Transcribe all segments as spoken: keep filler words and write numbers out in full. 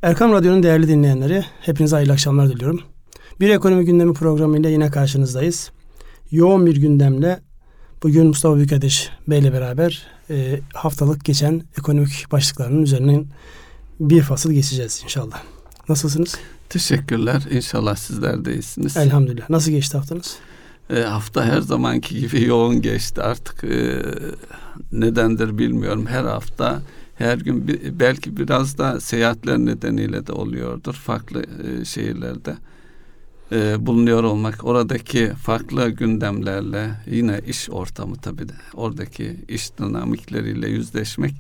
Erkam Radyo'nun değerli dinleyenleri, hepinize hayırlı akşamlar diliyorum. Bir ekonomi gündemi programıyla yine karşınızdayız. Yoğun bir gündemle bugün Mustafa Büyükateş Bey ile beraber e, haftalık geçen ekonomik başlıklarının üzerinden bir fasıl geçeceğiz inşallah. Nasılsınız? Teşekkürler. İnşallah sizler de iyisiniz. Elhamdülillah. Nasıl geçti haftanız? E, hafta her zamanki gibi yoğun geçti. Artık e, nedendir bilmiyorum. Her hafta, her gün bir, belki biraz da seyahatler nedeniyle de oluyordur. Farklı e, şehirlerde e, bulunuyor olmak, oradaki farklı gündemlerle, yine iş ortamı tabii de, oradaki iş dinamikleriyle yüzleşmek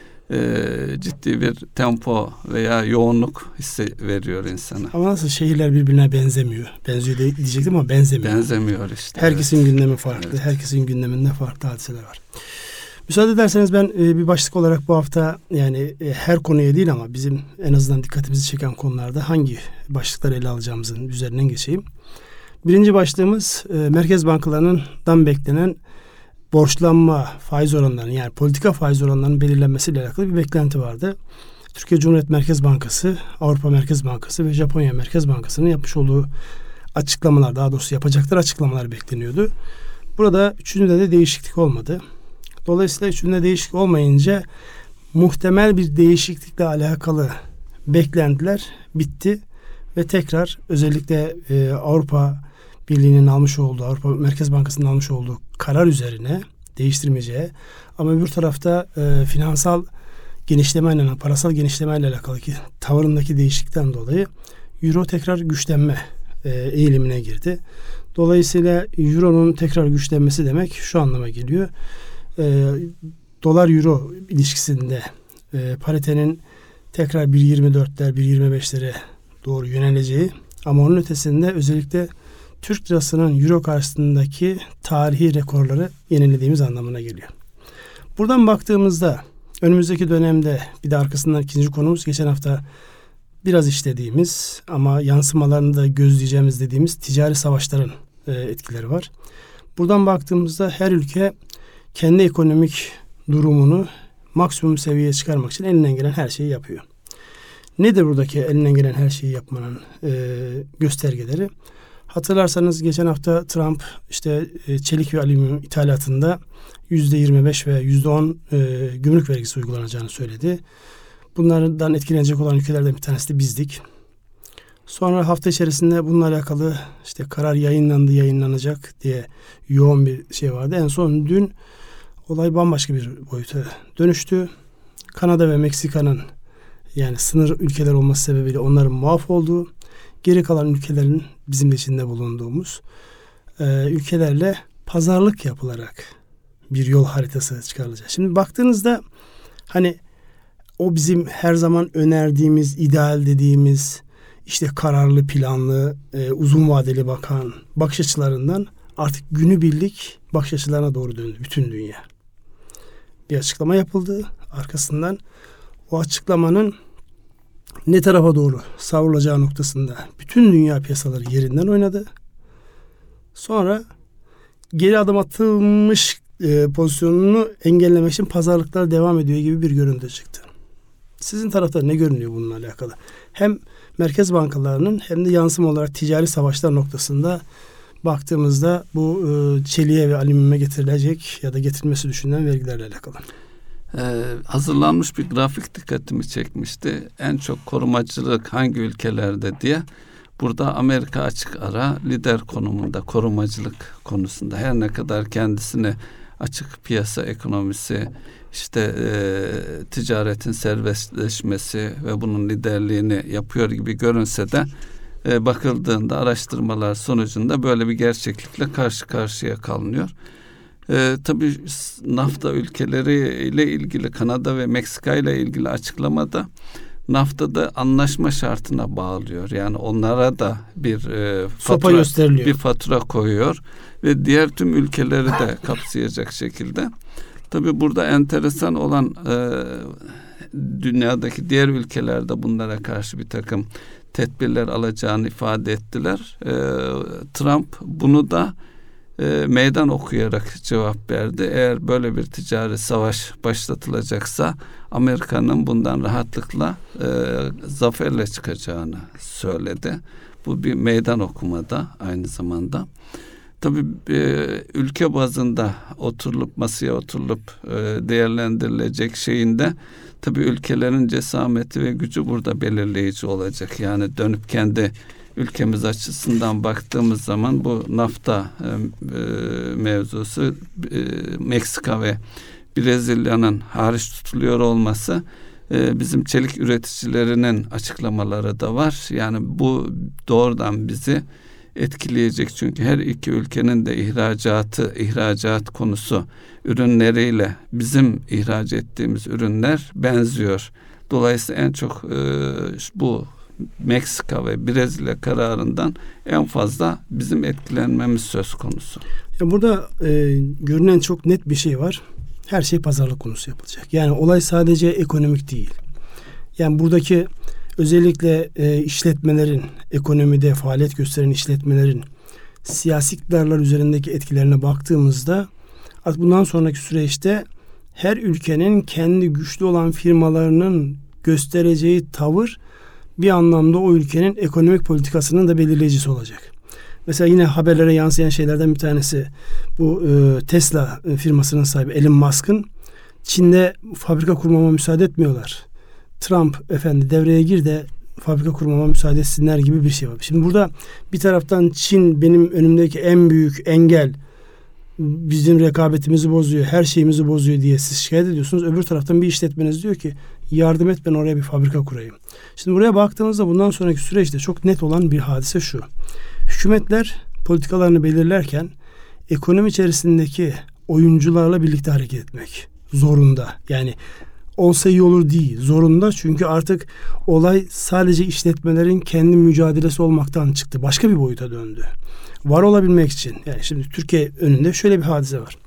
e, ciddi bir tempo veya yoğunluk hissi veriyor insana. Ama nasıl şehirler birbirine benzemiyor. Benziyor diyecektim ama benzemiyor. Benzemiyor işte. Herkesin evet. gündemi farklı. Evet. Herkesin gündeminde farklı hadiseler var. Müsaade ederseniz ben e, bir başlık olarak bu hafta yani e, her konuya değil ama bizim en azından dikkatimizi çeken konularda hangi başlıkları ele alacağımızın üzerinden geçeyim. Birinci başlığımız e, merkez bankalarından beklenen borçlanma faiz oranlarının yani politika faiz oranlarının belirlenmesiyle alakalı bir beklenti vardı. Türkiye Cumhuriyet Merkez Bankası, Avrupa Merkez Bankası ve Japonya Merkez Bankası'nın yapmış olduğu açıklamalar, daha doğrusu yapacakları açıklamalar bekleniyordu. Burada üçünde de değişiklik olmadı. Dolayısıyla üçünde değişiklik olmayınca muhtemel bir değişiklikle alakalı beklentiler bitti ve tekrar özellikle e, Avrupa Birliği'nin almış olduğu, Avrupa Merkez Bankası'nın almış olduğu karar üzerine değiştirmeyeceği ama öbür tarafta e, finansal genişlemeyle, parasal genişlemeyle alakalı ki tavırındaki değişiklikten dolayı Euro tekrar güçlenme e, eğilimine girdi. Dolayısıyla Euro'nun tekrar güçlenmesi demek şu anlama geliyor. E, dolar euro ilişkisinde e, paritenin tekrar bir yirmi dörtler bir yirmi beşlere doğru yöneleceği ama onun ötesinde özellikle Türk lirasının euro karşısındaki tarihi rekorları yenilediğimiz anlamına geliyor. Buradan baktığımızda önümüzdeki dönemde bir de arkasından ikinci konumuz geçen hafta biraz işlediğimiz ama yansımalarını da gözleyeceğimiz dediğimiz ticari savaşların e, etkileri var. Buradan baktığımızda her ülke kendi ekonomik durumunu maksimum seviyeye çıkarmak için elinden gelen her şeyi yapıyor. Nedir buradaki elinden gelen her şeyi yapmanın e, göstergeleri? Hatırlarsanız geçen hafta Trump işte e, çelik ve alüminyum ithalatında yüzde yirmi beş ve yüzde on e, gümrük vergisi uygulanacağını söyledi. Bunlardan etkilenecek olan ülkelerden bir tanesi de bizdik. Sonra hafta içerisinde bununla alakalı işte karar yayınlandı, yayınlanacak diye yoğun bir şey vardı. En son dün olay bambaşka bir boyuta dönüştü. Kanada ve Meksika'nın yani sınır ülkeler olması sebebiyle onların muaf olduğu, geri kalan ülkelerin bizim de içinde bulunduğumuz e, ülkelerle pazarlık yapılarak bir yol haritası çıkarılacak. Şimdi baktığınızda hani o bizim her zaman önerdiğimiz, ideal dediğimiz işte kararlı, planlı, e, uzun vadeli bakan bakış açılarından artık günübirlik bakış açılarına doğru döndü bütün dünya. Bir açıklama yapıldı. Arkasından o açıklamanın ne tarafa doğru savrulacağı noktasında bütün dünya piyasaları yerinden oynadı. Sonra geri adım atılmış e, pozisyonunu engellemek için pazarlıklar devam ediyor gibi bir görüntü çıktı. Sizin tarafta ne görünüyor bununla alakalı? Hem merkez bankalarının hem de yansıma olarak ticari savaşlar noktasında baktığımızda bu e, çeliğe ve alüminyuma getirilecek ya da getirilmesi düşünülen vergilerle alakalı. Ee, hazırlanmış bir grafik dikkatimi çekmişti. En çok korumacılık hangi ülkelerde diye. Burada Amerika açık ara lider konumunda korumacılık konusunda. Her ne kadar kendisini açık piyasa ekonomisi, işte e, ticaretin serbestleşmesi ve bunun liderliğini yapıyor gibi görünse de e, bakıldığında araştırmalar sonucunda böyle bir gerçeklikle karşı karşıya kalınıyor. Ee, tabii NAFTA ülkeleriyle ilgili Kanada ve Meksika ile ilgili açıklamada NAFTA'da anlaşma şartına bağlıyor. Yani onlara da bir e, fatura, bir fatura koyuyor ve diğer tüm ülkeleri de kapsayacak şekilde. Tabii burada enteresan olan e, dünyadaki diğer ülkelerde bunlara karşı bir takım tedbirler alacağını ifade ettiler. E, Trump bunu da e, meydan okuyarak cevap verdi. Eğer böyle bir ticari savaş başlatılacaksa Amerika'nın bundan rahatlıkla e, zaferle çıkacağını söyledi. Bu bir meydan okumada aynı zamanda. Tabii e, ülke bazında oturulup masaya oturulup e, değerlendirilecek şeyinde tabii ülkelerin cesameti ve gücü burada belirleyici olacak. Yani dönüp kendi ülkemiz açısından baktığımız zaman bu NAFTA e, e, mevzusu e, Meksika ve Brezilya'nın hariç tutuluyor olması, e, bizim çelik üreticilerinin açıklamaları da var. Yani bu doğrudan bizi etkileyecek, çünkü her iki ülkenin de ihracatı, ihracat konusu ürünleriyle bizim ihraç ettiğimiz ürünler benziyor. Dolayısıyla en çok e, bu Meksika ve Brezilya kararından en fazla bizim etkilenmemiz söz konusu. Ya burada e, görünen çok net bir şey var. Her şey pazarlık konusu yapılacak. Yani olay sadece ekonomik değil. Yani buradaki özellikle e, işletmelerin, ekonomide faaliyet gösteren işletmelerin siyasi iktidarlar üzerindeki etkilerine baktığımızda artık bundan sonraki süreçte her ülkenin kendi güçlü olan firmalarının göstereceği tavır bir anlamda o ülkenin ekonomik politikasının da belirleyicisi olacak. Mesela yine haberlere yansıyan şeylerden bir tanesi bu e, Tesla firmasının sahibi Elon Musk'ın Çin'de fabrika kurmama müsaade etmiyorlar. Trump efendi devreye gir de fabrika kurmama müsaade etsinler gibi bir şey var. Şimdi burada bir taraftan Çin benim önümdeki en büyük engel, bizim rekabetimizi bozuyor, her şeyimizi bozuyor diye siz şikayet ediyorsunuz. Öbür taraftan bir işletmeniz diyor ki yardım et, ben oraya bir fabrika kurayım. Şimdi buraya baktığımızda bundan sonraki süreçte çok net olan bir hadise şu. Hükümetler politikalarını belirlerken ekonomi içerisindeki oyuncularla birlikte hareket etmek zorunda. Yani olsa iyi olur değil, zorunda, çünkü artık olay sadece işletmelerin kendi mücadelesi olmaktan çıktı. Başka bir boyuta döndü. Var olabilmek için, yani şimdi Türkiye önünde şöyle bir hadise var.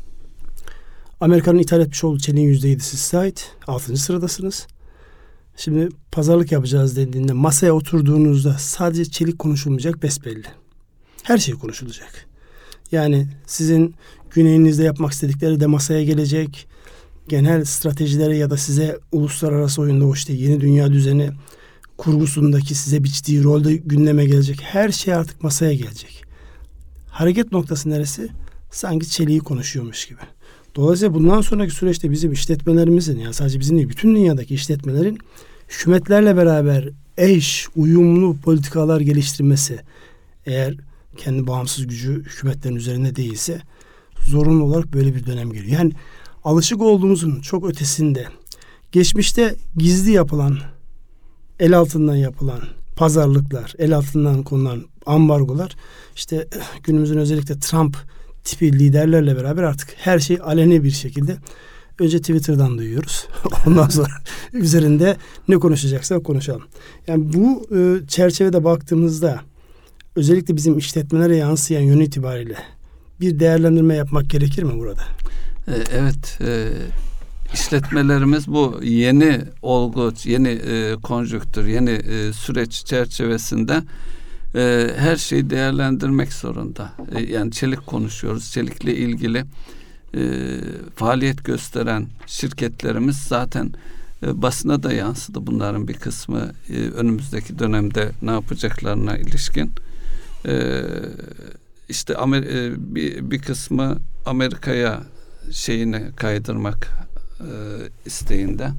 Amerika'nın ithal etmiş olduğu çeliğin yüzde yedisi size ait. altıncı sıradasınız. Şimdi pazarlık yapacağız dediğinde masaya oturduğunuzda sadece çelik konuşulmayacak, besbelli. Her şey konuşulacak. Yani sizin güneyinizde yapmak istedikleri de masaya gelecek. Genel stratejilere ya da size uluslararası oyunda o işte yeni dünya düzeni kurgusundaki size biçtiği rolde gündeme gelecek. Her şey artık masaya gelecek. Hareket noktası neresi? Sanki çeliği konuşuyormuş gibi. Dolayısıyla bundan sonraki süreçte bizim işletmelerimizin, yani sadece bizim değil, bütün dünyadaki işletmelerin hükümetlerle beraber eş, uyumlu politikalar geliştirmesi, eğer kendi bağımsız gücü hükümetlerin üzerinde değilse, zorunlu olarak böyle bir dönem geliyor. Yani alışık olduğumuzun çok ötesinde, geçmişte gizli yapılan, el altından yapılan pazarlıklar, el altından konulan ambargolar, işte günümüzün özellikle Trump tipi liderlerle beraber artık her şey aleni bir şekilde önce Twitter'dan duyuyoruz. Ondan sonra üzerinde ne konuşacaksak konuşalım. Yani bu e, çerçevede baktığımızda özellikle bizim işletmelere yansıyan yön itibariyle bir değerlendirme yapmak gerekir mi burada? Evet, e, işletmelerimiz bu yeni olgu, yeni e, konjüktür, yeni e, süreç çerçevesinde e, her şeyi değerlendirmek zorunda. E, yani çelik konuşuyoruz, çelikle ilgili e, faaliyet gösteren şirketlerimiz zaten e, basına da yansıdı. Bunların bir kısmı e, önümüzdeki dönemde ne yapacaklarına ilişkin. E, işte Amer- e, bir, bir kısmı Amerika'ya şeyini kaydırmak e, isteğinde,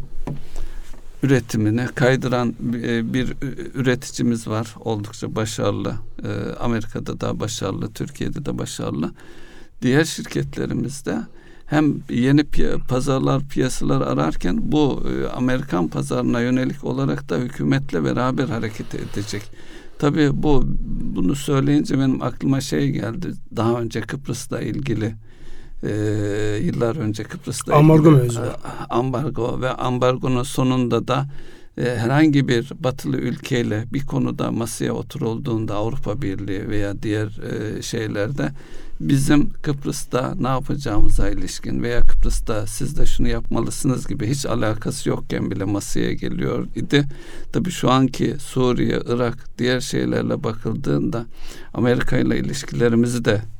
üretimini kaydıran bir, bir üreticimiz var, oldukça başarılı. E, Amerika'da da başarılı, Türkiye'de de başarılı. Diğer şirketlerimizde hem yeni piy- pazarlar, piyasalar ararken bu e, Amerikan pazarına yönelik olarak da hükümetle beraber hareket edecek. Tabii bu bunu söyleyince benim aklıma şey geldi. Daha önce Kıbrıs'la ilgili Ee, yıllar önce Kıbrıs'ta ambargo mevzu. Ambargo ve ambargonun sonunda da e, herhangi bir batılı ülkeyle bir konuda masaya oturulduğunda Avrupa Birliği veya diğer e, şeylerde bizim Kıbrıs'ta ne yapacağımıza ilişkin veya Kıbrıs'ta siz de şunu yapmalısınız gibi hiç alakası yokken bile masaya geliyor idi. Tabii şu anki Suriye, Irak, diğer şeylerle bakıldığında Amerika ile ilişkilerimizi de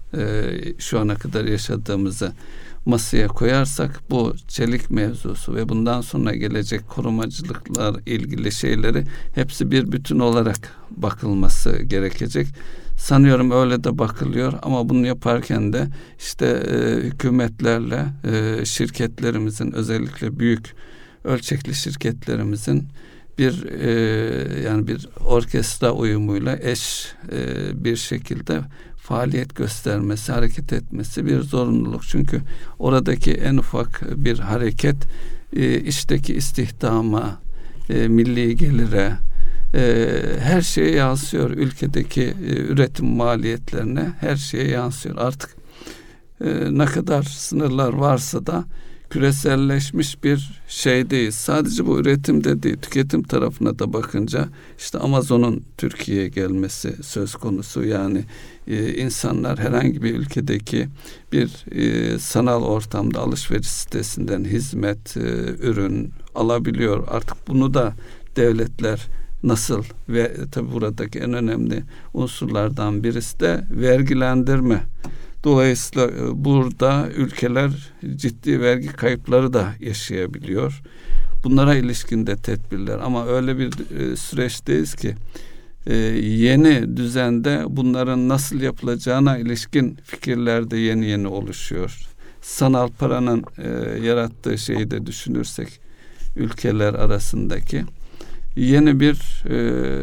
e, şu ana kadar yaşadığımızı masaya koyarsak bu çelik mevzusu ve bundan sonra gelecek korumacılıklar ilgili şeyleri hepsi bir bütün olarak bakılması gerekecek. Sanıyorum öyle de bakılıyor ama bunu yaparken de işte e, hükümetlerle e, şirketlerimizin, özellikle büyük ölçekli şirketlerimizin bir e, yani bir orkestra uyumuyla eş e, bir şekilde faaliyet göstermesi, hareket etmesi bir zorunluluk. Çünkü oradaki en ufak bir hareket e, işteki istihdama, e, milli gelire, e, her şeye yansıyor. Ülkedeki e, üretim maliyetlerine her şeye yansıyor. Artık e, ne kadar sınırlar varsa da küreselleşmiş bir şeydeyiz. Sadece bu üretimde değil, tüketim tarafına da bakınca işte Amazon'un Türkiye'ye gelmesi söz konusu. Yani e, insanlar herhangi bir ülkedeki bir e, sanal ortamda alışveriş sitesinden hizmet, e, ürün alabiliyor. Artık bunu da devletler nasıl ve tabii buradaki en önemli unsurlardan birisi de vergilendirme. Dolayısıyla burada ülkeler ciddi vergi kayıpları da yaşayabiliyor. Bunlara ilişkin de tedbirler ama öyle bir e, süreçteyiz ki e, yeni düzende bunların nasıl yapılacağına ilişkin fikirler de yeni yeni oluşuyor. Sanal paranın e, yarattığı şeyi de düşünürsek ülkeler arasındaki yeni bir e,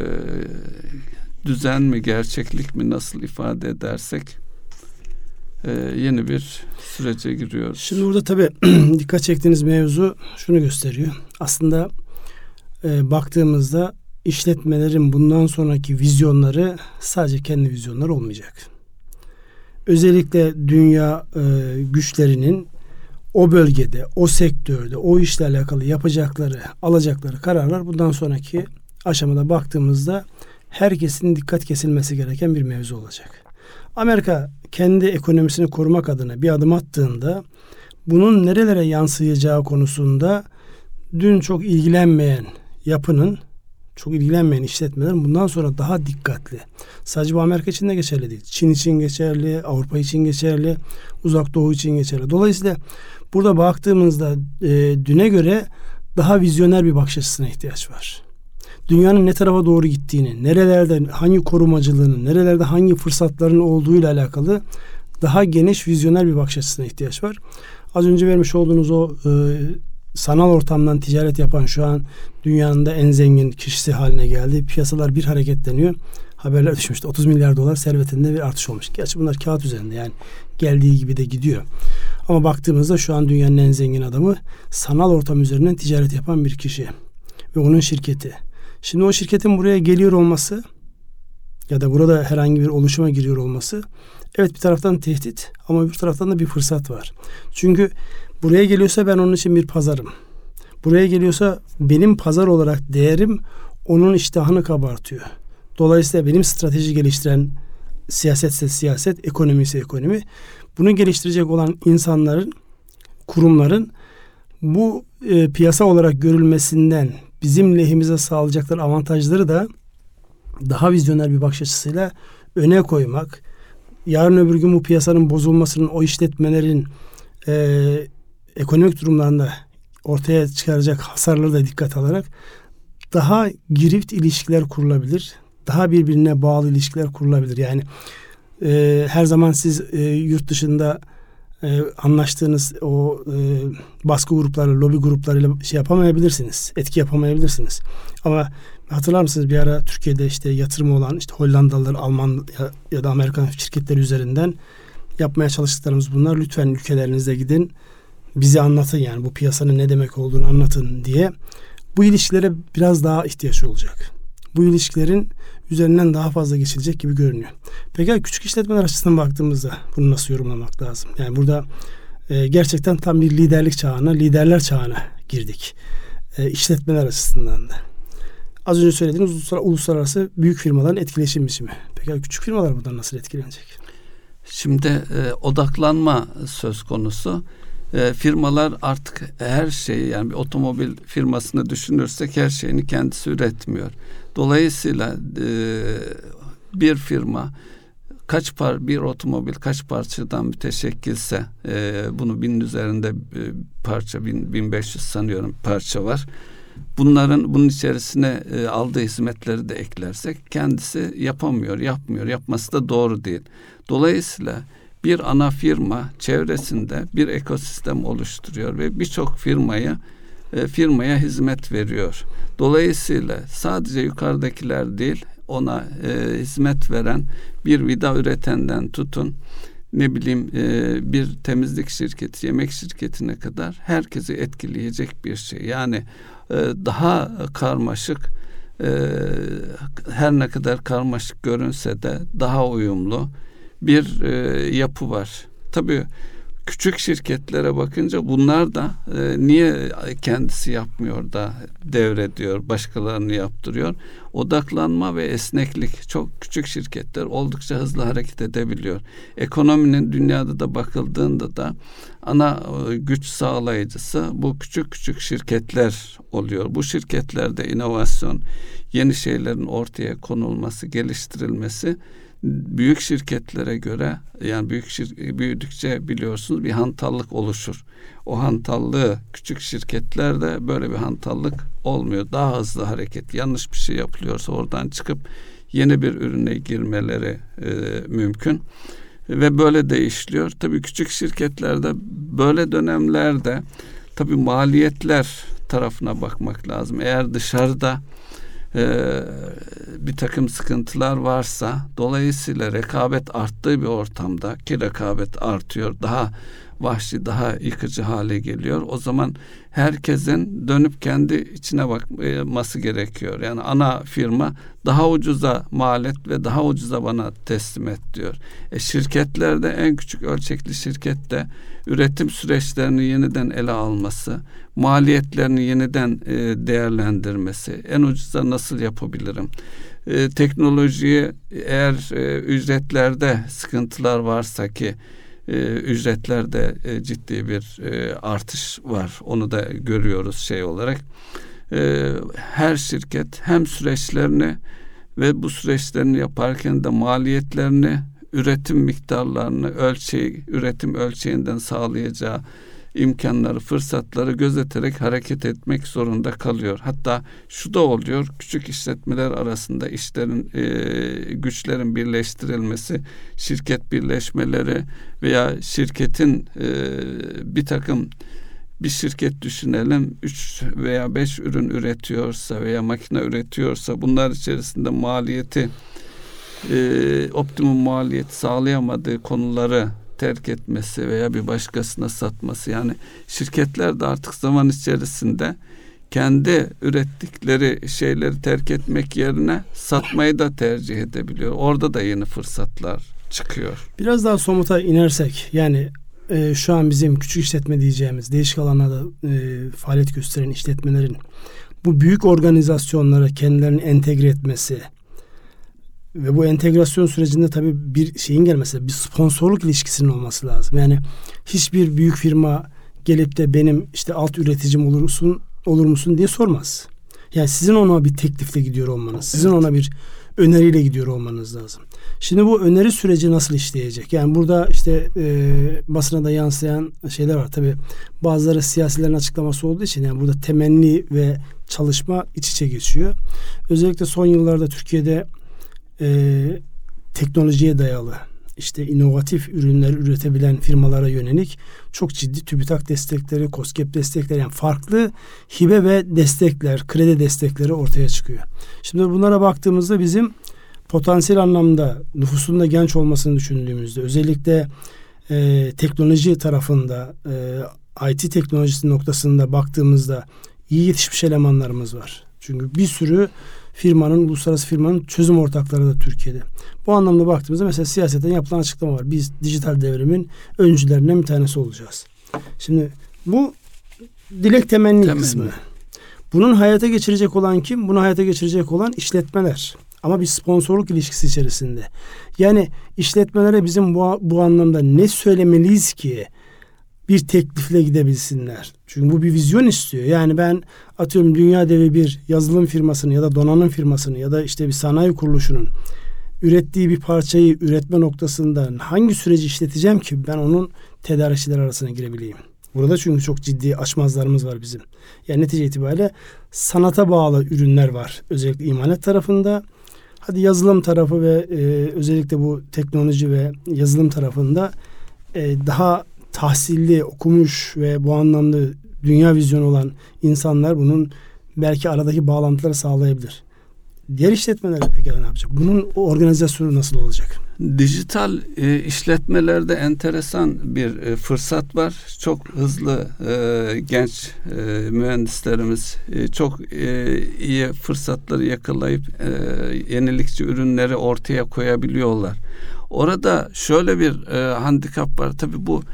düzen mi, gerçeklik mi, nasıl ifade edersek Ee, yeni bir sürece giriyoruz. Şimdi burada tabii dikkat çektiğiniz mevzu şunu gösteriyor. Aslında e, baktığımızda işletmelerin bundan sonraki vizyonları sadece kendi vizyonları olmayacak. Özellikle dünya e, güçlerinin o bölgede, o sektörde, o işle alakalı yapacakları, alacakları kararlar bundan sonraki aşamada baktığımızda herkesin dikkat kesilmesi gereken bir mevzu olacak. Amerika kendi ekonomisini korumak adına bir adım attığında bunun nerelere yansıyacağı konusunda dün çok ilgilenmeyen yapının, çok ilgilenmeyen işletmelerin bundan sonra daha dikkatli. Sadece bu Amerika için de geçerli değil. Çin için geçerli, Avrupa için geçerli, Uzak Doğu için geçerli. Dolayısıyla burada baktığımızda e, düne göre daha vizyoner bir bakış açısına ihtiyaç var. Dünyanın ne tarafa doğru gittiğini, nerelerde hangi korumacılığının, nerelerde hangi fırsatların olduğuyla alakalı daha geniş vizyoner bir bakış açısına ihtiyaç var. Az önce vermiş olduğunuz o e, sanal ortamdan ticaret yapan şu an dünyanın da en zengin kişisi haline geldi. Piyasalar bir hareketleniyor. Haberler düşmüştü. otuz milyar dolar servetinde bir artış olmuş. Gerçi bunlar kağıt üzerinde, yani geldiği gibi de gidiyor. Ama baktığımızda şu an dünyanın en zengin adamı sanal ortam üzerinden ticaret yapan bir kişi ve onun şirketi. Şimdi o şirketin buraya geliyor olması ya da burada herhangi bir oluşuma giriyor olması, evet, bir taraftan tehdit ama bir taraftan da bir fırsat var. Çünkü buraya geliyorsa ben onun için bir pazarım. Buraya geliyorsa benim pazar olarak değerim onun iştahını kabartıyor. Dolayısıyla benim strateji geliştiren, siyasetse siyaset, ekonomi ise ekonomi, bunu geliştirecek olan insanların, kurumların bu e, piyasa olarak görülmesinden bizim lehimize sağlayacakları avantajları da daha vizyoner bir bakış açısıyla öne koymak, yarın öbür gün bu piyasanın bozulmasının, o işletmelerin e, ekonomik durumlarında ortaya çıkaracak hasarları da dikkat alarak daha girift ilişkiler kurulabilir, daha birbirine bağlı ilişkiler kurulabilir. Yani e, her zaman siz e, yurt dışında e, anlaştığınız o e, baskı grupları, lobi gruplarıyla şey yapamayabilirsiniz, etki yapamayabilirsiniz. Ama hatırlar mısınız, bir ara Türkiye'de işte yatırımı olan işte Hollandalılar, Alman ya, ya da Amerikan şirketleri üzerinden yapmaya çalıştıklarımız bunlar. Lütfen ülkelerinize gidin, bize anlatın, yani bu piyasanın ne demek olduğunu anlatın diye. Bu ilişkilere biraz daha ihtiyaç olacak. Bu ilişkilerin üzerinden daha fazla geçilecek gibi görünüyor. Peki küçük işletmeler açısından baktığımızda bunu nasıl yorumlamak lazım? Yani burada e, gerçekten tam bir liderlik çağına, liderler çağına girdik. E, işletmeler açısından da. Az önce söylediğiniz uluslar, uluslararası büyük firmaların etkileşim biçimi. Peki küçük firmalar buradan nasıl etkilenecek? Şimdi e, odaklanma söz konusu. E, firmalar artık her şeyi, yani bir otomobil firmasını düşünürsek her şeyini kendisi üretmiyor. Dolayısıyla e, bir firma kaç par bir otomobil kaç parçadan müteşekkilse e, bunu binin üzerinde e, parça bin, bin beş yüz sanıyorum parça var. Bunların bunun içerisine e, aldığı hizmetleri de eklersek kendisi yapamıyor, yapmıyor. Yapması da doğru değil. Dolayısıyla bir ana firma çevresinde bir ekosistem oluşturuyor ve birçok firmayı e, firmaya hizmet veriyor. Dolayısıyla sadece yukarıdakiler değil, ona e, hizmet veren bir vida üretenden tutun, ne bileyim e, bir temizlik şirketi, yemek şirketine kadar herkesi etkileyecek bir şey. Yani e, daha karmaşık, e, her ne kadar karmaşık görünse de daha uyumlu bir e, yapı var. Tabii küçük şirketlere bakınca bunlar da e, niye kendisi yapmıyor da devrediyor, başkalarını yaptırıyor. Odaklanma ve esneklik, çok küçük şirketler oldukça hızlı hareket edebiliyor. Ekonominin dünyada da bakıldığında da ana e, güç sağlayıcısı bu küçük küçük şirketler oluyor. Bu şirketlerde inovasyon, yeni şeylerin ortaya konulması, geliştirilmesi büyük şirketlere göre, yani büyük şir- büyüdükçe biliyorsunuz bir hantallık oluşur. O hantallığı küçük şirketlerde böyle bir hantallık olmuyor. Daha hızlı hareket, yanlış bir şey yapılıyorsa oradan çıkıp yeni bir ürüne girmeleri e, mümkün. Ve böyle de işliyor. Tabii küçük şirketlerde böyle dönemlerde tabii maliyetler tarafına bakmak lazım. Eğer dışarıda Ee, bir takım sıkıntılar varsa, dolayısıyla rekabet arttığı bir ortamda, ki rekabet artıyor, daha vahşi, daha yıkıcı hale geliyor. O zaman herkesin dönüp kendi içine bakması gerekiyor. Yani ana firma daha ucuza mal et ve daha ucuza bana teslim et diyor. E şirketlerde en küçük ölçekli şirkette üretim süreçlerini yeniden ele alması, maliyetlerini yeniden e, değerlendirmesi, en ucuza nasıl yapabilirim? E, teknolojiyi eğer e, ücretlerde sıkıntılar varsa, ki e, ücretlerde e, ciddi bir e, artış var, onu da görüyoruz şey olarak. E, her şirket hem süreçlerini ve bu süreçlerini yaparken de maliyetlerini, üretim miktarlarını, ölçeği, üretim ölçeğinden sağlayacağı imkanları, fırsatları gözeterek hareket etmek zorunda kalıyor. Hatta şu da oluyor, küçük işletmeler arasında işlerin, e, güçlerin birleştirilmesi, şirket birleşmeleri veya şirketin e, bir takım bir şirket düşünelim, üç veya beş ürün üretiyorsa veya makine üretiyorsa, bunlar içerisinde maliyeti e, optimum maliyet sağlayamadığı konuları terk etmesi veya bir başkasına satması. Yani şirketler de artık zaman içerisinde kendi ürettikleri şeyleri terk etmek yerine satmayı da tercih edebiliyor. Orada da yeni fırsatlar çıkıyor. Biraz daha somuta inersek, yani e, şu an bizim küçük işletme diyeceğimiz değişik alanlarda e, faaliyet gösteren işletmelerin bu büyük organizasyonlara kendilerini entegre etmesi ve bu entegrasyon sürecinde tabii bir şeyin gelmesi, bir sponsorluk ilişkisinin olması lazım. Yani hiçbir büyük firma gelip de benim işte alt üreticim olur musun, olur musun diye sormaz. Yani sizin ona bir teklifle gidiyor olmanız, sizin ona bir öneriyle gidiyor olmanız lazım. Şimdi bu öneri süreci nasıl işleyecek? Yani burada işte e, basına da yansıyan şeyler var. Tabii bazıları siyasilerin açıklaması olduğu için yani burada temenni ve çalışma iç içe geçiyor. Özellikle son yıllarda Türkiye'de e, teknolojiye dayalı, işte inovatif ürünler üretebilen firmalara yönelik çok ciddi TÜBİTAK destekleri, KOSGEB destekleri, yani farklı hibe ve destekler, kredi destekleri ortaya çıkıyor. Şimdi bunlara baktığımızda bizim potansiyel anlamda nüfusun da genç olmasını düşündüğümüzde, özellikle e, teknoloji tarafında, e, I T teknolojisi noktasında baktığımızda iyi yetişmiş elemanlarımız var. Çünkü bir sürü firmanın, uluslararası firmanın çözüm ortakları da Türkiye'de. Bu anlamda baktığımızda mesela siyasetten yapılan açıklama var. Biz dijital devrimin öncülerinden bir tanesi olacağız. Şimdi bu dilek temenni, temenni kısmı. Bunun hayata geçirecek olan kim? Bunu hayata geçirecek olan işletmeler. Ama bir sponsorluk ilişkisi içerisinde. Yani işletmelere bizim bu, bu anlamda ne söylemeliyiz ki bir teklifle gidebilsinler? Çünkü bu bir vizyon istiyor. Yani ben atıyorum dünya devi bir yazılım firmasını ya da donanım firmasını ya da işte bir sanayi kuruluşunun ürettiği bir parçayı üretme noktasında hangi süreci işleteceğim ki ben onun tedarikçiler arasına girebileyim? Burada çünkü çok ciddi açmazlarımız var bizim. Yani netice itibariyle sanata bağlı ürünler var. Özellikle imalat tarafında. Hadi yazılım tarafı ve e, özellikle bu teknoloji ve yazılım tarafında e, daha tahsilli, okumuş ve bu anlamda dünya vizyonu olan insanlar bunun belki aradaki bağlantıları sağlayabilir. Diğer işletmeler peki ne yapacak? Bunun organizasyonu nasıl olacak? Dijital e, işletmelerde enteresan bir e, fırsat var. Çok hızlı e, genç e, mühendislerimiz e, çok e, iyi fırsatları yakalayıp e, yenilikçi ürünleri ortaya koyabiliyorlar. Orada şöyle bir e, handikap var. Tabii bu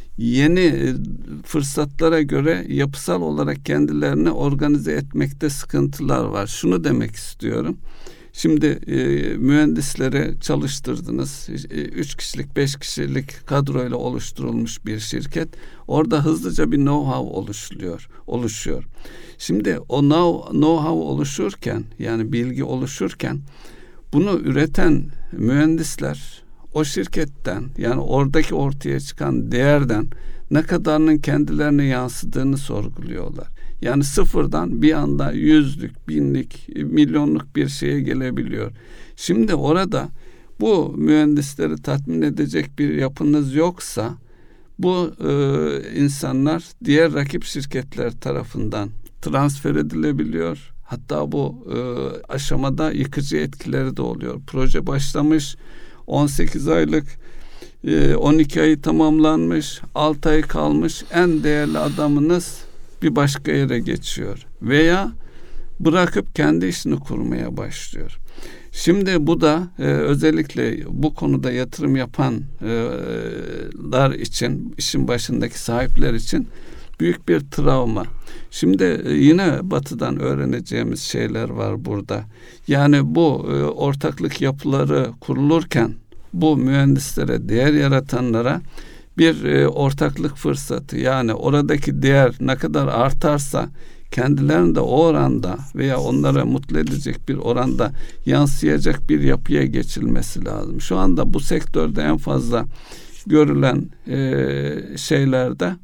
yeni fırsatlara göre yapısal olarak kendilerini organize etmekte sıkıntılar var. Şunu demek istiyorum. Şimdi e, mühendisleri çalıştırdınız. E, üç kişilik, beş kişilik kadroyla oluşturulmuş bir şirket. Orada hızlıca bir know-how oluşuyor. oluşuyor. Şimdi o know-how oluşurken, yani bilgi oluşurken bunu üreten mühendisler o şirketten, yani oradaki ortaya çıkan değerden ne kadarının kendilerine yansıdığını sorguluyorlar. Yani sıfırdan bir anda yüzlük, binlik, milyonluk bir şeye gelebiliyor. Şimdi orada bu mühendisleri tatmin edecek bir yapınız yoksa bu e, insanlar diğer rakip şirketler tarafından transfer edilebiliyor. Hatta bu e, aşamada yıkıcı etkileri de oluyor. Proje başlamış, on sekiz aylık, on iki ayı tamamlanmış, altı ay kalmış, en değerli adamınız bir başka yere geçiyor veya bırakıp kendi işini kurmaya başlıyor. Şimdi bu da e, özellikle bu konuda yatırım yapanlar için, işin başındaki sahipler için büyük bir travma. Şimdi e, yine Batı'dan öğreneceğimiz şeyler var burada. Yani bu e, ortaklık yapıları kurulurken bu mühendislere, değer yaratanlara bir e, ortaklık fırsatı, yani oradaki değer ne kadar artarsa kendilerini de o oranda veya onlara mutlu edecek bir oranda yansıyacak bir yapıya geçilmesi lazım. Şu anda bu sektörde en fazla görülen e, şeylerde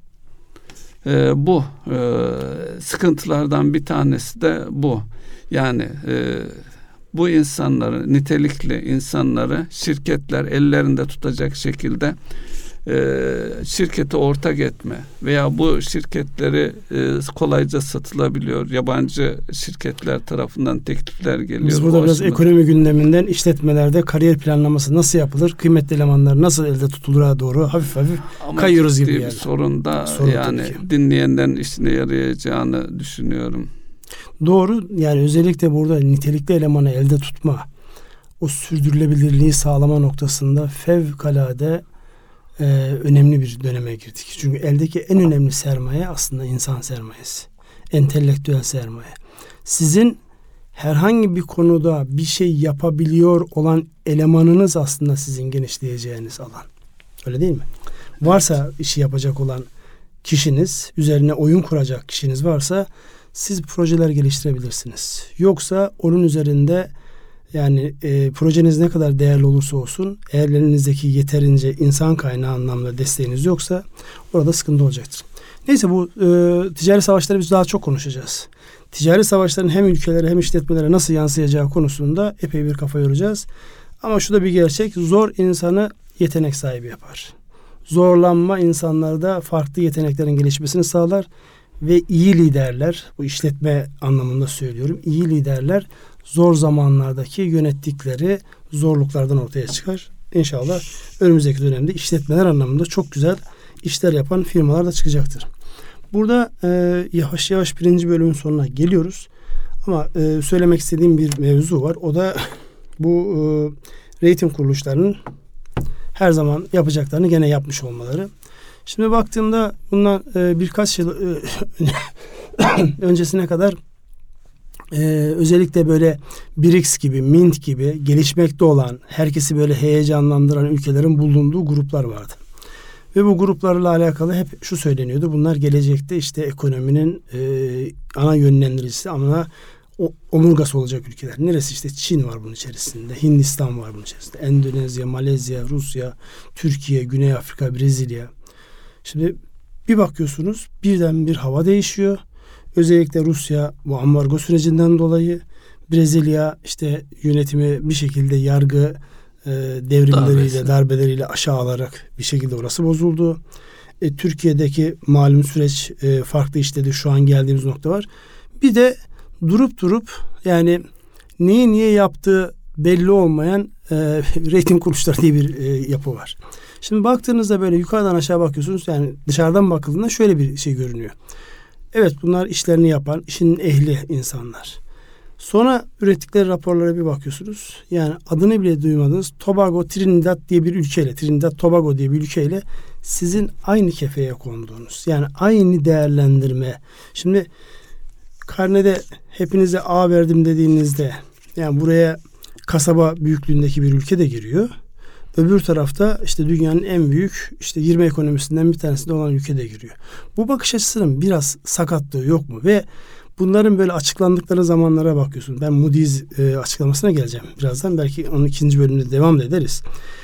e, bu e, sıkıntılardan bir tanesi de bu. Yani e, bu insanları, nitelikli insanları şirketler ellerinde tutacak şekilde e, şirkete ortak etme veya bu şirketleri e, kolayca satılabiliyor. Yabancı şirketler tarafından teklifler geliyor. Biz burada o biraz aşamada ekonomi gündeminden işletmelerde kariyer planlaması nasıl yapılır, kıymetli elemanlar nasıl elde tutulura doğru hafif hafif ama kayıyoruz ciddi gibi bir yani. sorun da Sorun yani dinleyenlerin işine yarayacağını düşünüyorum. Doğru, yani özellikle burada nitelikli elemanı elde tutma, o sürdürülebilirliği sağlama noktasında fevkalade e, önemli bir döneme girdik. Çünkü eldeki en önemli sermaye aslında insan sermayesi, entelektüel sermaye. Sizin herhangi bir konuda bir şey yapabiliyor olan elemanınız aslında sizin genişleyeceğiniz alan. Öyle değil mi? Varsa işi yapacak olan kişiniz, üzerine oyun kuracak kişiniz varsa siz projeler geliştirebilirsiniz. Yoksa onun üzerinde yani e, projeniz ne kadar değerli olursa olsun eğer elinizdeki yeterince insan kaynağı anlamda desteğiniz yoksa orada sıkıntı olacaktır. Neyse bu e, ticari savaşları biz daha çok konuşacağız. Ticari savaşların hem ülkelere hem işletmelere nasıl yansıyacağı konusunda epey bir kafa yoracağız. Ama şu da bir gerçek, zor insanı yetenek sahibi yapar. Zorlanma insanlarda farklı yeteneklerin gelişmesini sağlar. Ve iyi liderler, bu işletme anlamında söylüyorum, iyi liderler zor zamanlardaki yönettikleri zorluklardan ortaya çıkar. İnşallah önümüzdeki dönemde işletmeler anlamında çok güzel işler yapan firmalar da çıkacaktır. Burada e, yavaş yavaş birinci bölümün sonuna geliyoruz. Ama e, söylemek istediğim bir mevzu var. O da bu e, reyting kuruluşlarının her zaman yapacaklarını gene yapmış olmaları. Şimdi baktığımda bundan e, birkaç yıl e, öncesine kadar e, özellikle böyle B R I C S gibi, Mint gibi gelişmekte olan, herkesi böyle heyecanlandıran ülkelerin bulunduğu gruplar vardı. Ve bu gruplarla alakalı hep şu söyleniyordu. Bunlar gelecekte işte ekonominin e, ana yönlendiricisi, ana o, omurgası olacak ülkeler. Neresi? İşte Çin var bunun içerisinde. Hindistan var bunun içerisinde. Endonezya, Malezya, Rusya, Türkiye, Güney Afrika, Brezilya. Şimdi bir bakıyorsunuz birden bir hava değişiyor. Özellikle Rusya bu ambargo sürecinden dolayı, Brezilya işte yönetimi bir şekilde yargı e, devrimleriyle, Darbesi. darbeleriyle aşağı alarak bir şekilde orası bozuldu. E, Türkiye'deki malum süreç e, farklı işledi. Şu an geldiğimiz nokta var. Bir de durup durup yani neyi niye yaptığı belli olmayan e, reyting kuruluşları diye bir e, yapı var. Şimdi baktığınızda böyle yukarıdan aşağı bakıyorsunuz. Yani dışarıdan bakıldığında şöyle bir şey görünüyor. Evet, bunlar işlerini yapan, işin ehli insanlar. Sonra ürettikleri raporlara bir bakıyorsunuz. Yani adını bile duymadığınız Tobago, Trinidad diye bir ülkeyle, Trinidad Tobago diye bir ülkeyle sizin aynı kefeye konduğunuz. Yani aynı değerlendirme. Şimdi karnede hepinize A verdim dediğinizde yani buraya kasaba büyüklüğündeki bir ülke de giriyor. Öbür tarafta işte dünyanın en büyük işte yirmi ekonomisinden bir tanesinde olan ülke de giriyor. Bu bakış açısının biraz sakatlığı yok mu? Ve bunların böyle açıklandıkları zamanlara bakıyorsun. Ben Moody's e, açıklamasına geleceğim birazdan. Belki onun ikinci bölümünde devam ederiz.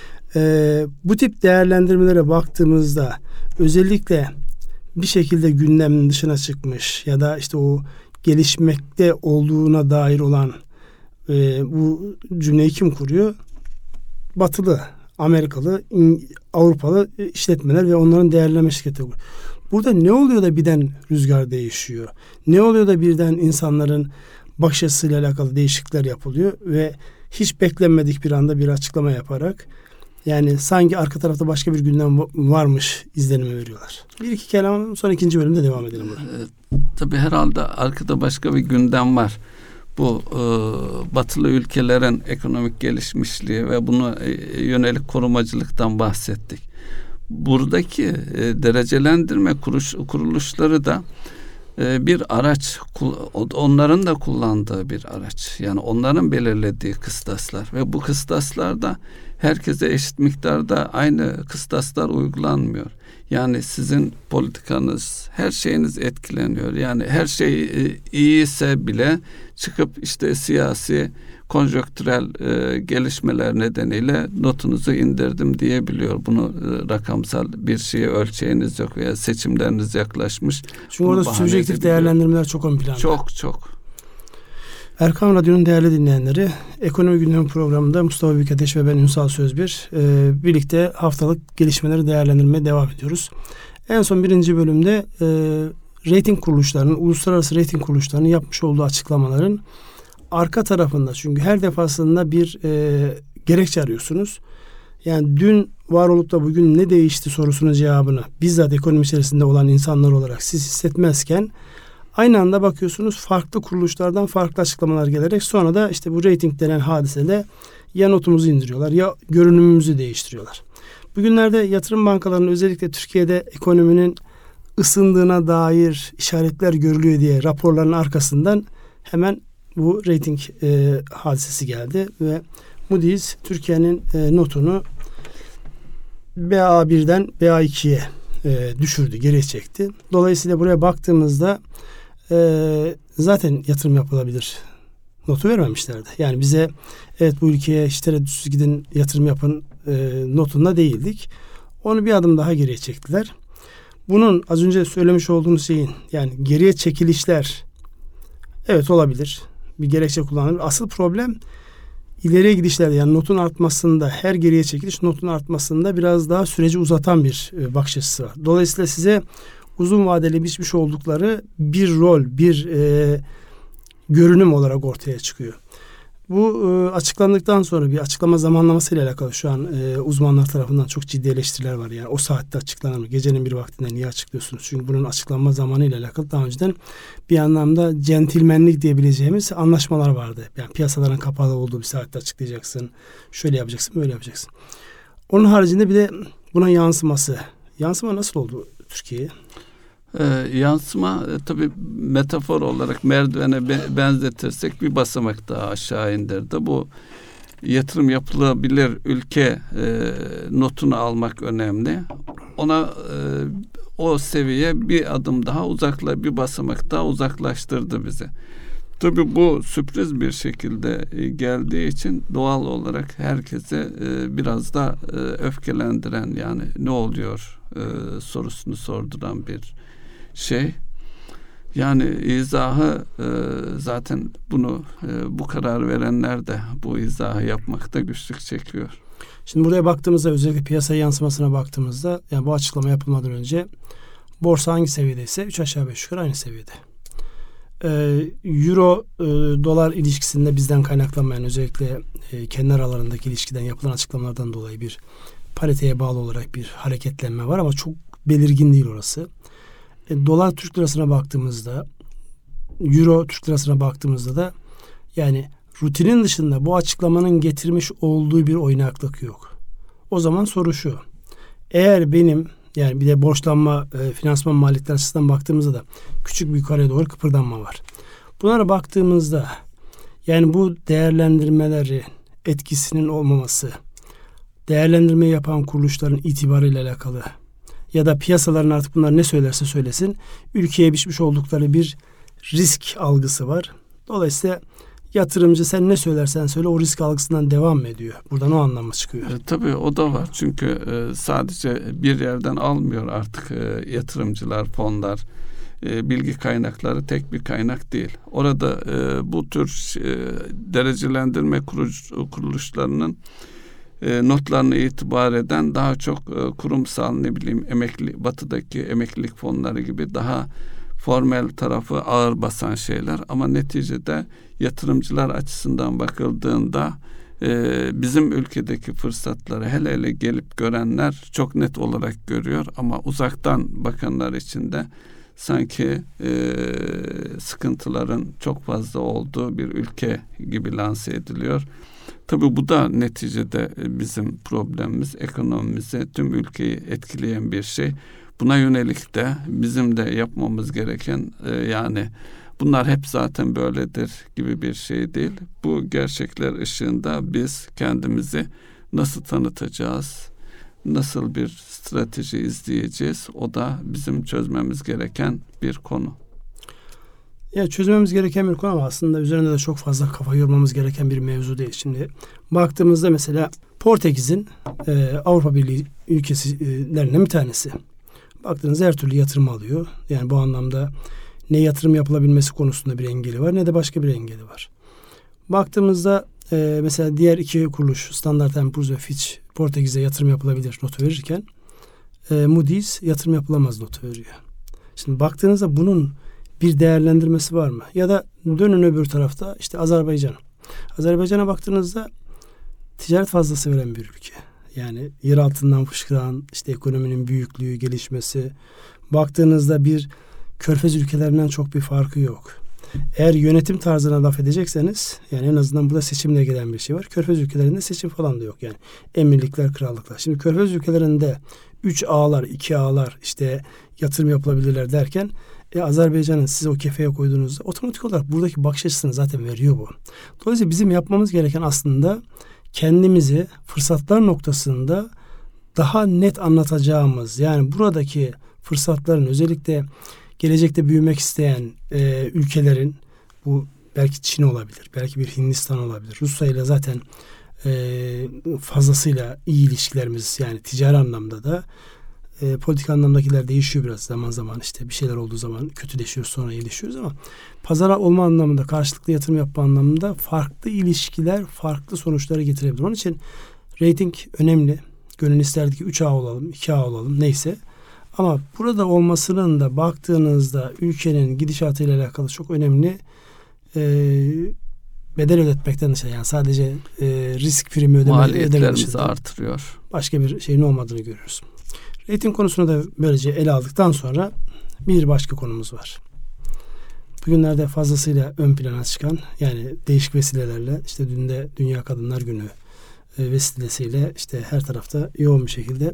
E, bu tip değerlendirmelere baktığımızda özellikle bir şekilde gündemin dışına çıkmış ya da işte o gelişmekte olduğuna dair olan e, bu cümleyi kim kuruyor? Batılı, Amerikalı, Avrupalı işletmeler ve onların değerleme şirketleri. Burada ne oluyor da birden rüzgar değişiyor? Ne oluyor da birden insanların bakış açısıyla alakalı değişiklikler yapılıyor ve hiç beklenmedik bir anda bir açıklama yaparak yani sanki arka tarafta başka bir gündem varmış izlenimi veriyorlar. Bir iki kelam sonra ikinci bölümde devam edelim. Ee, tabii herhalde arkada başka bir gündem var. Bu e, batılı ülkelerin ekonomik gelişmişliği ve buna e, yönelik korumacılıktan bahsettik. Buradaki e, derecelendirme kuruş, kuruluşları da e, bir araç, onların da kullandığı bir araç. Yani onların belirlediği kıstaslar ve bu kıstaslarda herkese eşit miktarda aynı kıstaslar uygulanmıyor. Yani sizin politikanız, her şeyiniz etkileniyor. Yani her şey e, iyiyse bile çıkıp işte siyasi, konjonktürel e, gelişmeler nedeniyle notunuzu indirdim diyebiliyor. Bunu e, rakamsal bir şeye ölçeğiniz yok veya seçimleriniz yaklaşmış. Çünkü orada subjektif değerlendirmeler çok ön planda. Çok çok. Erkam Radyo'nun değerli dinleyenleri, Ekonomi Gündemi programında Mustafa Büyükateş ve ben Ünsal Sözbir e, birlikte haftalık gelişmeleri değerlendirmeye devam ediyoruz. En son birinci bölümde e, reyting kuruluşlarının, uluslararası reyting kuruluşlarının yapmış olduğu açıklamaların arka tarafında, çünkü her defasında bir e, gerekçe arıyorsunuz. Yani dün var olup da bugün ne değişti sorusunun cevabını bizzat ekonomi içerisinde olan insanlar olarak siz hissetmezken aynı anda bakıyorsunuz farklı kuruluşlardan farklı açıklamalar gelerek sonra da işte bu reyting denen hadisede ya notumuzu indiriyorlar ya görünümümüzü değiştiriyorlar. Bugünlerde yatırım bankalarının özellikle Türkiye'de ekonominin ısındığına dair işaretler görülüyor diye raporların arkasından hemen bu reyting e, hadisesi geldi ve Moody's Türkiye'nin e, notunu B A birden B A ikiye e, düşürdü, geriye çekti. Dolayısıyla buraya baktığımızda e, zaten yatırım yapılabilir notu vermemişlerdi. Yani bize evet bu ülkeye hiç tereddütsüz gidin yatırım yapın e, notunda değildik. Onu bir adım daha geriye çektiler. Bunun az önce söylemiş olduğunuz şeyin yani geriye çekilişler evet olabilir. Bir gerekçe kullanılır. Asıl problem ileriye gidişlerde, yani notun artmasında, her geriye çekiliş notun artmasında biraz daha süreci uzatan bir e, bakış açısı var. Dolayısıyla size uzun vadeli biçmiş oldukları bir rol, bir e, görünüm olarak ortaya çıkıyor. Bu e, açıklandıktan sonra bir açıklama zamanlamasıyla alakalı şu an e, uzmanlar tarafından çok ciddi eleştiriler var. Yani o saatte açıklanan mı? Gecenin bir vaktinde niye açıklıyorsunuz? Çünkü bunun açıklanma zamanıyla alakalı daha önceden bir anlamda centilmenlik diyebileceğimiz anlaşmalar vardı. Yani piyasaların kapalı olduğu bir saatte açıklayacaksın. Şöyle yapacaksın, böyle yapacaksın. Onun haricinde bir de buna yansıması. Yansıma nasıl oldu Türkiye'ye? Ee, yansıma e, tabii metafor olarak merdivene be, benzetirsek bir basamak daha aşağı indirdi. Bu yatırım yapılabilir ülke e, notunu almak önemli. Ona e, o seviye bir adım daha uzakla bir basamak daha uzaklaştırdı bizi. Tabii bu sürpriz bir şekilde geldiği için doğal olarak herkese biraz da öfkelendiren, yani ne oluyor sorusunu sorduran bir şey. Yani izahı zaten bunu bu karar verenler de bu izahı yapmakta güçlük çekiyor. Şimdi buraya baktığımızda, özellikle piyasa yansımasına baktığımızda, yani bu açıklama yapılmadan önce borsa hangi seviyedeyse üç aşağı beş yukarı aynı seviyede. Ee, Euro e, dolar ilişkisinde bizden kaynaklanmayan, özellikle e, kendi aralarındaki ilişkiden yapılan açıklamalardan dolayı bir pariteye bağlı olarak bir hareketlenme var ama çok belirgin değil orası. E, dolar Türk lirasına baktığımızda, Euro Türk lirasına baktığımızda da yani rutinin dışında bu açıklamanın getirmiş olduğu bir oynaklık yok. O zaman soru şu: eğer benim, yani bir de borçlanma, e, finansman maliyetleri açısından baktığımızda da küçük bir yukarıya doğru kıpırdanma var. Bunlara baktığımızda yani bu değerlendirmeleri etkisinin olmaması, değerlendirme yapan kuruluşların itibarıyla alakalı ya da piyasaların artık bunlar ne söylerse söylesin ülkeye biçmiş oldukları bir risk algısı var. Dolayısıyla yatırımcı sen ne söylersen söyle o risk algısından devam mı ediyor? Buradan o anlamı çıkıyor. E, tabii o da var. Çünkü e, sadece bir yerden almıyor artık e, yatırımcılar, fonlar. E, bilgi kaynakları tek bir kaynak değil. Orada e, bu tür e, derecelendirme kuruluş, kuruluşlarının e, notlarını itibar eden daha çok e, kurumsal, ne bileyim emekli, batıdaki emeklilik fonları gibi daha formel tarafı ağır basan şeyler, ama neticede yatırımcılar açısından bakıldığında e, bizim ülkedeki fırsatları hele hele gelip görenler çok net olarak görüyor, ama uzaktan bakanlar için de sanki e, sıkıntıların çok fazla olduğu bir ülke gibi lanse ediliyor. Tabii bu da neticede bizim problemimiz, ekonomimizi, tüm ülkeyi etkileyen bir şey. Buna yönelik de bizim de yapmamız gereken e, yani bunlar hep zaten böyledir gibi bir şey değil. Bu gerçekler ışığında biz kendimizi nasıl tanıtacağız, nasıl bir strateji izleyeceğiz, o da bizim çözmemiz gereken bir konu. Ya çözmemiz gereken bir konu ama aslında üzerinde de çok fazla kafa yormamız gereken bir mevzu değil. Şimdi baktığımızda mesela Portekiz'in e, Avrupa Birliği ülkelerinden bir tanesi. Baktığınızda her türlü yatırım alıyor. Yani bu anlamda ne yatırım yapılabilmesi konusunda bir engeli var ne de başka bir engeli var. Baktığımızda e, mesela diğer iki kuruluş Standard and Poor's ve Fitch Portekiz'e yatırım yapılabilir notu verirken e, Moody's yatırım yapılamaz notu veriyor. Şimdi baktığınızda bunun bir değerlendirmesi var mı? Ya da dönün öbür tarafta işte Azerbaycan. Azerbaycan'a baktığınızda ticaret fazlası veren bir ülke. Yani yer altından fışkıran işte ekonominin büyüklüğü, gelişmesi. Baktığınızda bir Körfez ülkelerinden çok bir farkı yok. Eğer yönetim tarzına laf edecekseniz, yani en azından burada seçimle gelen bir şey var. Körfez ülkelerinde seçim falan da yok yani. Emirlikler, krallıklar. Şimdi Körfez ülkelerinde üç ağlar, iki ağlar işte yatırım yapılabilirler derken e, Azerbaycan'ın siz o kefeye koyduğunuzda otomatik olarak buradaki bakış açısını zaten veriyor bu. Dolayısıyla bizim yapmamız gereken aslında kendimizi fırsatlar noktasında daha net anlatacağımız, yani buradaki fırsatların özellikle gelecekte büyümek isteyen e, ülkelerin, bu belki Çin olabilir, belki bir Hindistan olabilir. Rusya ile zaten e, fazlasıyla iyi ilişkilerimiz, yani ticari anlamda da e, politik anlamdakiler değişiyor biraz zaman zaman, işte bir şeyler olduğu zaman kötüleşiyor sonra iyileşiyoruz ama pazara olma anlamında, karşılıklı yatırım yapma anlamında farklı ilişkiler farklı sonuçları getirebilir. Onun için rating önemli. Gönül isterdi ki üç A olalım, iki A olalım neyse. Ama burada olmasının da baktığınızda ülkenin gidişatıyla alakalı çok önemli e, bedel ödetmekten dışarı, yani sadece e, risk primi ödeme, maliyetlerimizi artırıyor. Başka bir şeyin olmadığını görüyoruz. Rating konusunu da böylece ele aldıktan sonra bir başka konumuz var. Bugünlerde fazlasıyla ön plana çıkan, yani değişik vesilelerle, işte dün de Dünya Kadınlar Günü e, vesilesiyle işte her tarafta yoğun bir şekilde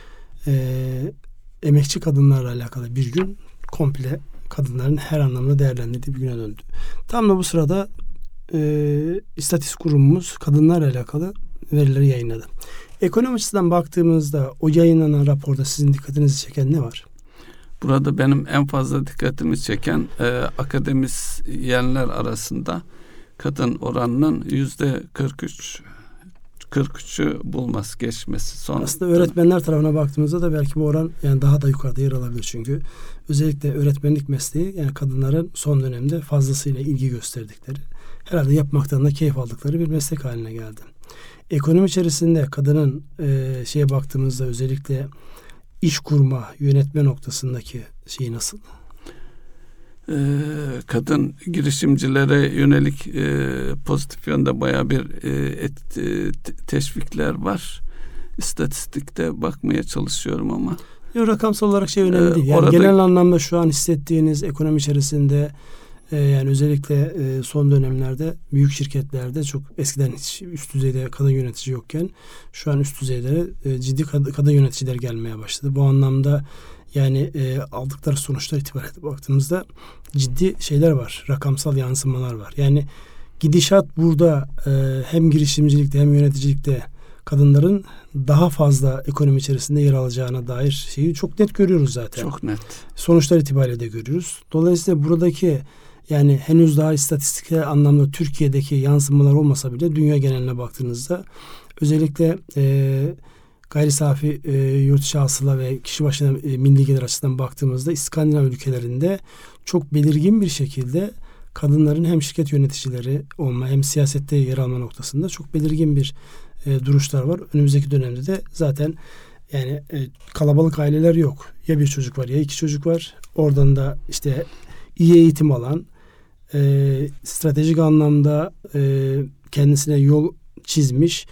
e, emekçi kadınlarla alakalı bir gün, komple kadınların her anlamda değerlendirdiği bir güne döndü. Tam da bu sırada e, İstatistik Kurumumuz kadınlarla alakalı verileri yayınladı. Ekonomi açısından baktığımızda o yayınlanan raporda sizin dikkatinizi çeken ne var? Burada benim en fazla dikkatimi çeken e, akademisyenler arasında kadın oranının yüzde kırk üç kırk üçü bulması, geçmesi. Son Aslında öğretmenler tarafına baktığımızda da belki bu oran yani daha da yukarıda yer alabilir, çünkü özellikle öğretmenlik mesleği yani kadınların son dönemde fazlasıyla ilgi gösterdikleri, herhalde yapmaktan da keyif aldıkları bir meslek haline geldi. Ekonomi içerisinde kadının e, şeye baktığımızda özellikle iş kurma, yönetme noktasındaki şeyi nasıl? Ee, kadın girişimcilere yönelik e, pozitif yönde bayağı bir e, et, e, teşvikler var. İstatistikte bakmaya çalışıyorum ama. Yok, rakamsal olarak şey önemli Ee, değil. Yani orada, genel anlamda şu an hissettiğiniz ekonomi içerisinde e, yani özellikle e, son dönemlerde büyük şirketlerde çok eskiden hiç üst düzeyde kadın yönetici yokken şu an üst düzeyde e, ciddi kad- kadın yöneticiler gelmeye başladı. Bu anlamda yani e, aldıkları sonuçlar itibariyle baktığımızda ciddi şeyler var. Rakamsal yansımalar var. Yani gidişat burada e, hem girişimcilikte hem yöneticilikte kadınların daha fazla ekonomi içerisinde yer alacağına dair şeyi çok net görüyoruz zaten. Çok net. Sonuçlar itibariyle de görüyoruz. Dolayısıyla buradaki yani henüz daha istatistiksel anlamda Türkiye'deki yansımalar olmasa bile dünya geneline baktığınızda özellikle e, gayri safi e, yurt içi hasıla ve kişi başına e, milli gelir açısından baktığımızda İskandinav ülkelerinde çok belirgin bir şekilde kadınların hem şirket yöneticileri olma hem siyasette yer alma noktasında çok belirgin bir e, duruşlar var. Önümüzdeki dönemde de zaten yani e, kalabalık aileler yok. Ya bir çocuk var ya iki çocuk var. Oradan da işte iyi eğitim alan, e, stratejik anlamda e, kendisine yol çizmiş,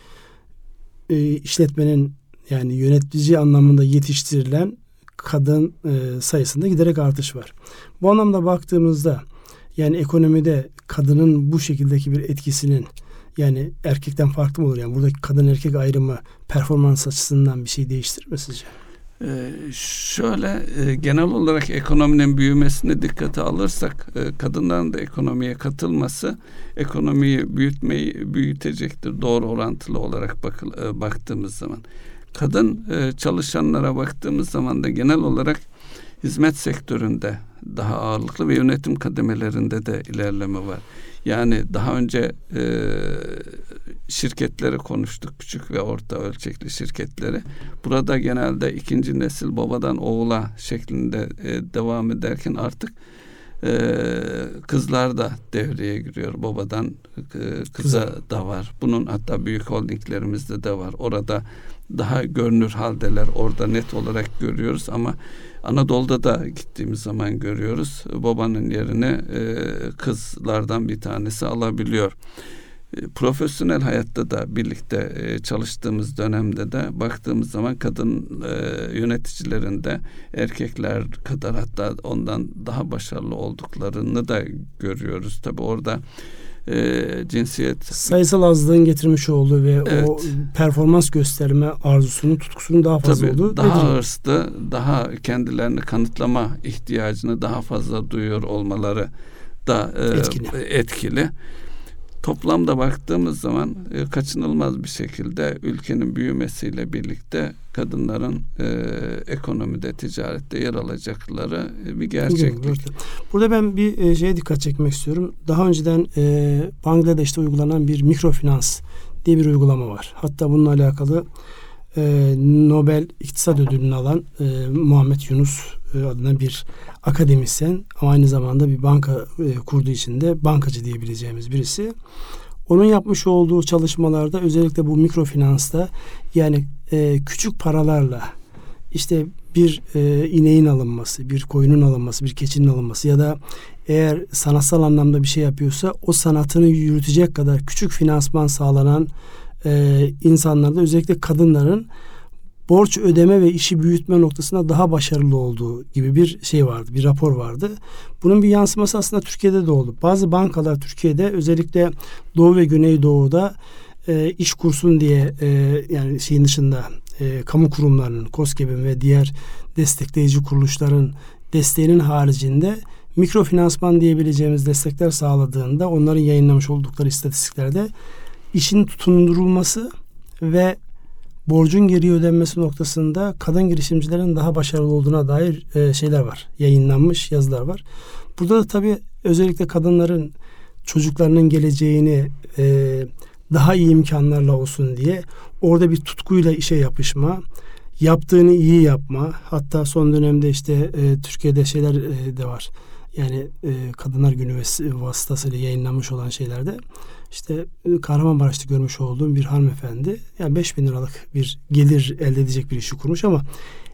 e, işletmenin yani yönetici anlamında yetiştirilen kadın e, sayısında giderek artış var. Bu anlamda baktığımızda yani ekonomide kadının bu şekildeki bir etkisinin yani erkekten farklı mı olur? Yani buradaki kadın erkek ayrımı performans açısından bir şey değiştirir mi sizce? Ee, şöyle e, genel olarak ekonominin büyümesini dikkate alırsak e, kadınların da ekonomiye katılması ekonomiyi büyütmeyi büyütecektir doğru orantılı olarak bakıl, e, baktığımız zaman. Kadın e, çalışanlara baktığımız zaman da genel olarak hizmet sektöründe daha ağırlıklı ve yönetim kademelerinde de ilerleme var. Yani daha önce e, şirketleri konuştuk, küçük ve orta ölçekli şirketleri. Burada genelde ikinci nesil babadan oğula şeklinde e, devam ederken artık e, kızlar da devreye giriyor. Babadan e, kıza da var. Bunun hatta büyük holdinglerimizde de var. Orada daha görünür haldeler orada net olarak görüyoruz ama Anadolu'da da gittiğimiz zaman görüyoruz. Babanın yerine e, kızlardan bir tanesi alabiliyor. E, profesyonel hayatta da birlikte e, çalıştığımız dönemde de baktığımız zaman kadın e, yöneticilerin de erkekler kadar hatta ondan daha başarılı olduklarını da görüyoruz. Tabii orada E, cinsiyet sayısal azlığın getirmiş olduğu ve evet. o performans gösterme arzusunun tutkusunun daha fazla Tabii, olduğu daha belirli. hırslı, daha kendilerini kanıtlama ihtiyacını daha fazla duyuyor olmaları da e, etkili. etkili. Toplamda baktığımız zaman e, kaçınılmaz bir şekilde ülkenin büyümesiyle birlikte kadınların e, ekonomide, ticarette yer alacakları e, bir gerçeklik. Burada ben bir e, şeye dikkat çekmek istiyorum. Daha önceden e, Bangladeş'te uygulanan bir mikrofinans diye bir uygulama var. Hatta bununla alakalı e, Nobel İktisat Ödülünü alan e, Muhammed Yunus e, adına bir akademisyen ama aynı zamanda bir banka e, kurduğu için de bankacı diyebileceğimiz birisi. Onun yapmış olduğu çalışmalarda özellikle bu mikrofinansta yani e, küçük paralarla işte bir e, ineğin alınması, bir koyunun alınması, bir keçinin alınması ya da eğer sanatsal anlamda bir şey yapıyorsa o sanatını yürütecek kadar küçük finansman sağlanan e, insanlarda özellikle kadınların borç ödeme ve işi büyütme noktasında daha başarılı olduğu gibi bir şey vardı, bir rapor vardı. Bunun bir yansıması aslında Türkiye'de de oldu. Bazı bankalar Türkiye'de özellikle Doğu ve Güneydoğu'da e, iş kursun diye e, yani şeyin dışında e, kamu kurumlarının, KOSGEB'in ve diğer destekleyici kuruluşların desteğinin haricinde mikrofinansman diyebileceğimiz destekler sağladığında onların yayınlamış oldukları istatistiklerde işin tutundurulması ve borcun geri ödenmesi noktasında kadın girişimcilerin daha başarılı olduğuna dair e, şeyler var. Yayınlanmış yazılar var. Burada da tabii özellikle kadınların çocuklarının geleceğini e, daha iyi imkanlarla olsun diye orada bir tutkuyla işe yapışma, yaptığını iyi yapma. Hatta son dönemde işte e, Türkiye'de şeyler e, de var. Yani e, Kadınlar Günü vasıtasıyla yayınlanmış olan şeylerde işte e, Kahramanmaraş'ta görmüş olduğum bir hanımefendi yani beş bin liralık bir gelir elde edecek bir işi kurmuş ama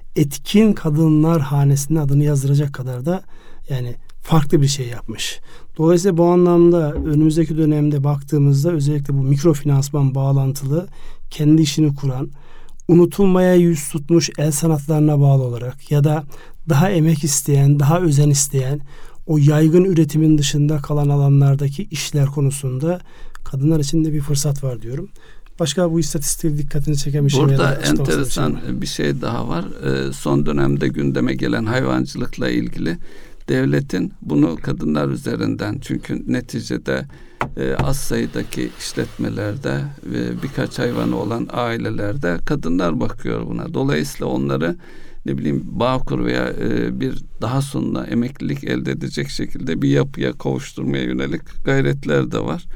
Etkin Kadınlar Hanesi'nin adını yazdıracak kadar da yani farklı bir şey yapmış. Dolayısıyla bu anlamda önümüzdeki dönemde baktığımızda özellikle bu mikrofinansman bağlantılı kendi işini kuran, unutulmaya yüz tutmuş el sanatlarına bağlı olarak ya da daha emek isteyen, daha özen isteyen o yaygın üretimin dışında kalan alanlardaki işler konusunda kadınlar için de bir fırsat var diyorum. Başka bu istatistik dikkatini çeken bir şey var. Burada enteresan bir şey, bir şey daha var. Ee, son dönemde gündeme gelen hayvancılıkla ilgili devletin bunu kadınlar üzerinden çünkü neticede e, az sayıdaki işletmelerde ve birkaç hayvanı olan ailelerde kadınlar bakıyor buna. Dolayısıyla onları ne bileyim Bağkur veya e, bir daha sonra emeklilik elde edecek şekilde bir yapıya kavuşturmaya yönelik gayretler de var.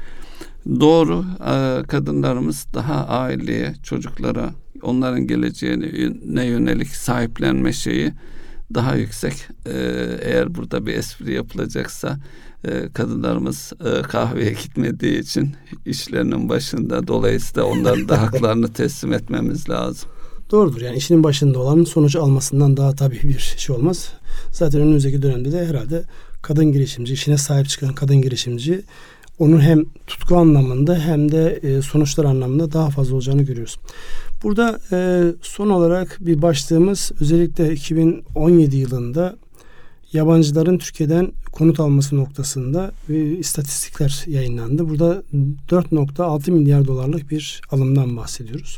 Doğru, e, kadınlarımız daha aileye, çocuklara, onların geleceğine yönelik sahiplenme şeyi daha yüksek. Ee, eğer burada bir espri yapılacaksa e, kadınlarımız e, kahveye gitmediği için işlerinin başında, dolayısıyla onların da haklarını teslim etmemiz lazım. Doğrudur, yani işinin başında olan sonucu almasından daha tabii bir şey olmaz. Zaten önümüzdeki dönemde de herhalde kadın girişimci, işine sahip çıkan kadın girişimci onun hem tutku anlamında hem de e, sonuçlar anlamında daha fazla olacağını görüyoruz. Burada e, son olarak bir başlığımız özellikle iki bin on yedi yılında yabancıların Türkiye'den konut alması noktasında bir istatistikler yayınlandı. Burada dört nokta altı milyar dolarlık bir alımdan bahsediyoruz.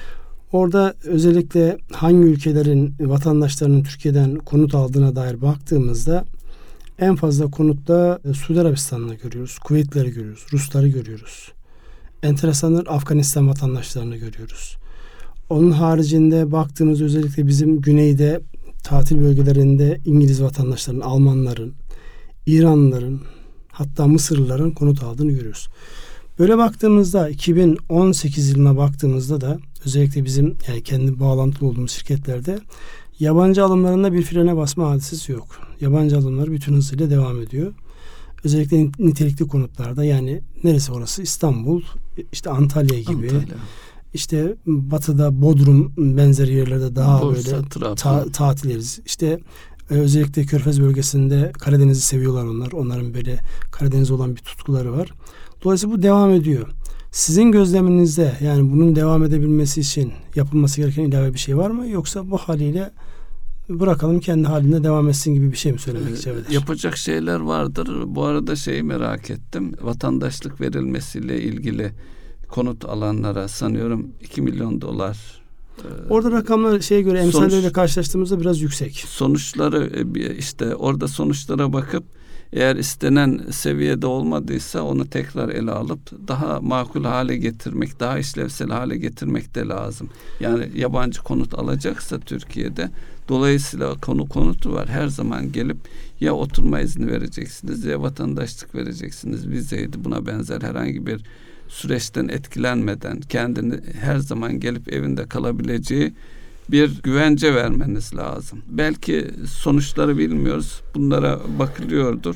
Orada özellikle hangi ülkelerin vatandaşlarının Türkiye'den konut aldığına dair baktığımızda en fazla konutta Suudi Arabistan'ı görüyoruz, Kuveytleri görüyoruz, Rusları görüyoruz. Enteresanlar Afganistan vatandaşlarını görüyoruz. Onun haricinde baktığımız özellikle bizim güneyde tatil bölgelerinde İngiliz vatandaşların, Almanların, İranlıların hatta Mısırlıların konut aldığını görüyoruz. Böyle baktığımızda iki bin on sekiz yılına baktığımızda da özellikle bizim yani kendi bağlantılı olduğumuz şirketlerde yabancı alımlarında bir frene basma hadisesi yok. Yabancı alımlar bütün hızıyla devam ediyor. Özellikle nitelikli konutlarda yani neresi orası? İstanbul, işte Antalya gibi. Antalya. İşte batıda Bodrum benzeri yerlerde daha Bursa, böyle ta- tatil yeriz. İşte e, özellikle Körfez bölgesinde Karadeniz'i seviyorlar onlar. Onların böyle Karadeniz'e olan bir tutkuları var. Dolayısıyla bu devam ediyor. Sizin gözleminizde yani bunun devam edebilmesi için yapılması gereken ilave bir şey var mı? Yoksa bu haliyle bırakalım kendi halinde devam etsin gibi bir şey mi söylemek icap eder? Yapacak şeyler vardır. Bu arada şeyi merak ettim. Vatandaşlık verilmesiyle ilgili konut alanlara sanıyorum iki milyon dolar. Orada rakamlar şeye göre emsalleriyle sonuç, karşılaştığımızda biraz yüksek. Sonuçları işte orada sonuçlara bakıp eğer istenen seviyede olmadıysa onu tekrar ele alıp daha makul hale getirmek, daha işlevsel hale getirmek de lazım. Yani yabancı konut alacaksa Türkiye'de dolayısıyla konu konutu var. Her zaman gelip ya oturma izni vereceksiniz ya vatandaşlık vereceksiniz. Vizeydi buna benzer herhangi bir süreçten etkilenmeden kendini her zaman gelip evinde kalabileceği bir güvence vermeniz lazım. Belki sonuçları bilmiyoruz. Bunlara bakılıyordur.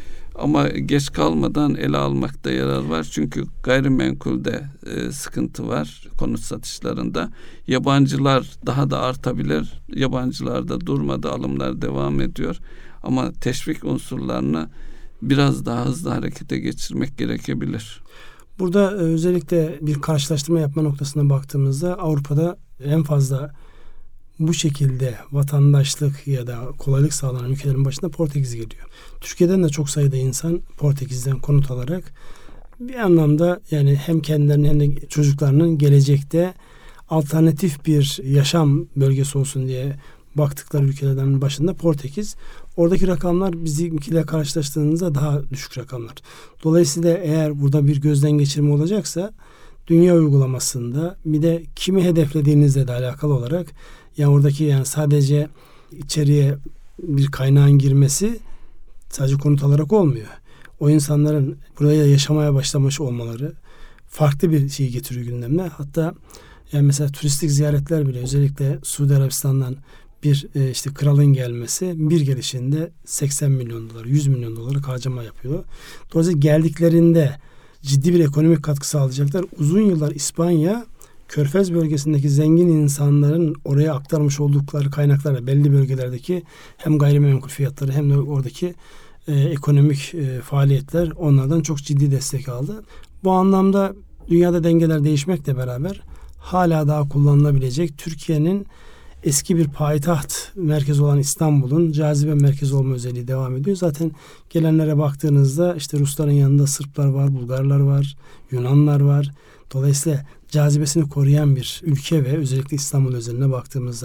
Ama geç kalmadan ele almakta yarar var. Çünkü gayrimenkulde e, sıkıntı var konut satışlarında. Yabancılar daha da artabilir. Yabancılar da durmadı. Alımlar devam ediyor. Ama teşvik unsurlarını biraz daha hızlı harekete geçirmek gerekebilir. Burada özellikle bir karşılaştırma yapma noktasına baktığımızda Avrupa'da en fazla bu şekilde vatandaşlık ya da kolaylık sağlanan ülkelerin başında Portekiz geliyor. Türkiye'den de çok sayıda insan Portekiz'den konut alarak bir anlamda yani hem kendilerinin hem de çocuklarının gelecekte alternatif bir yaşam bölgesi olsun diye baktıkları ülkelerden başında Portekiz. Oradaki rakamlar bizimkiyle karşılaştığınızda daha düşük rakamlar. Dolayısıyla eğer burada bir gözden geçirme olacaksa dünya uygulamasında bir de kimi hedeflediğinizle de alakalı olarak yani oradaki yani sadece içeriye bir kaynağın girmesi sadece konut alarak olmuyor. O insanların buraya yaşamaya başlamış olmaları farklı bir şey getiriyor gündemine. Hatta yani mesela turistik ziyaretler bile özellikle Suudi Arabistan'dan bir e, işte kralın gelmesi bir gelişinde seksen milyon dolar, yüz milyon dolarlık harcama yapıyor. Dolayısıyla geldiklerinde ciddi bir ekonomik katkı sağlayacaklar. Uzun yıllar İspanya, Körfez bölgesindeki zengin insanların oraya aktarmış oldukları kaynaklarla belli bölgelerdeki hem gayrimenkul fiyatları hem de oradaki e, ekonomik e, faaliyetler onlardan çok ciddi destek aldı. Bu anlamda dünyada dengeler değişmekle beraber hala daha kullanılabilecek Türkiye'nin eski bir payitaht merkezi olan İstanbul'un cazibe merkezi olma özelliği devam ediyor. Zaten gelenlere baktığınızda işte Rusların yanında Sırplar var, Bulgarlar var, Yunanlar var. Dolayısıyla cazibesini koruyan bir ülke ve özellikle İstanbul özeline baktığımızda.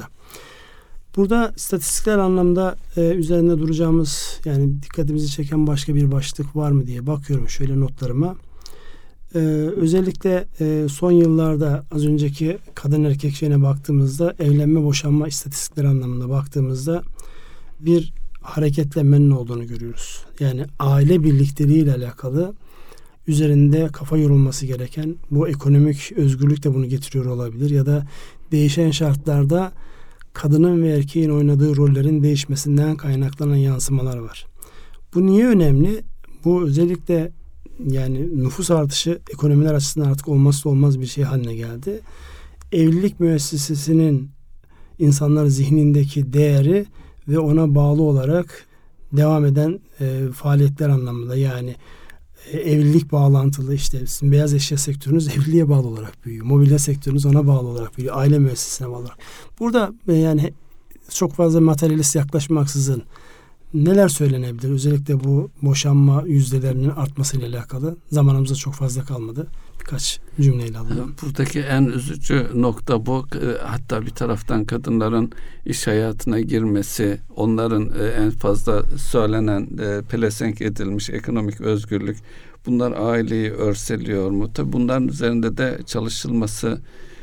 Burada istatistiksel anlamda e, üzerinde duracağımız yani dikkatimizi çeken başka bir başlık var mı diye bakıyorum şöyle notlarıma. Ee, özellikle e, son yıllarda az önceki kadın erkek şeyine baktığımızda evlenme boşanma istatistikleri anlamında baktığımızda bir hareketlenmenin olduğunu görüyoruz. Yani aile birlikteliği ile alakalı üzerinde kafa yorulması gereken bu ekonomik özgürlük de bunu getiriyor olabilir ya da değişen şartlarda kadının ve erkeğin oynadığı rollerin değişmesinden kaynaklanan yansımalar var. Bu niye önemli? Bu özellikle yani nüfus artışı ekonomiler açısından artık olmazsa olmaz bir şey haline geldi. Evlilik müessesesinin insanlar zihnindeki değeri ve ona bağlı olarak devam eden e, faaliyetler anlamında yani e, evlilik bağlantılı işte sizin beyaz eşya sektörünüz evliliğe bağlı olarak büyüyor. Mobilya sektörünüz ona bağlı olarak büyüyor. Aile müessesesine bağlı olarak. Burada e, yani çok fazla materyalist yaklaşmaksızın neler söylenebilir? Özellikle bu boşanma yüzdelerinin artmasıyla alakalı. Zamanımızda çok fazla kalmadı. Birkaç cümleyle alalım. Buradaki en üzücü nokta bu. Hatta bir taraftan kadınların iş hayatına girmesi, onların en fazla söylenen pelesenk edilmiş ekonomik özgürlük, bunlar aileyi örseliyor mu? Tabii bunların üzerinde de çalışılması,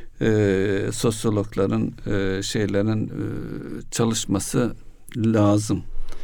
e, sosyologların, e, şeylerin e, çalışması lazım.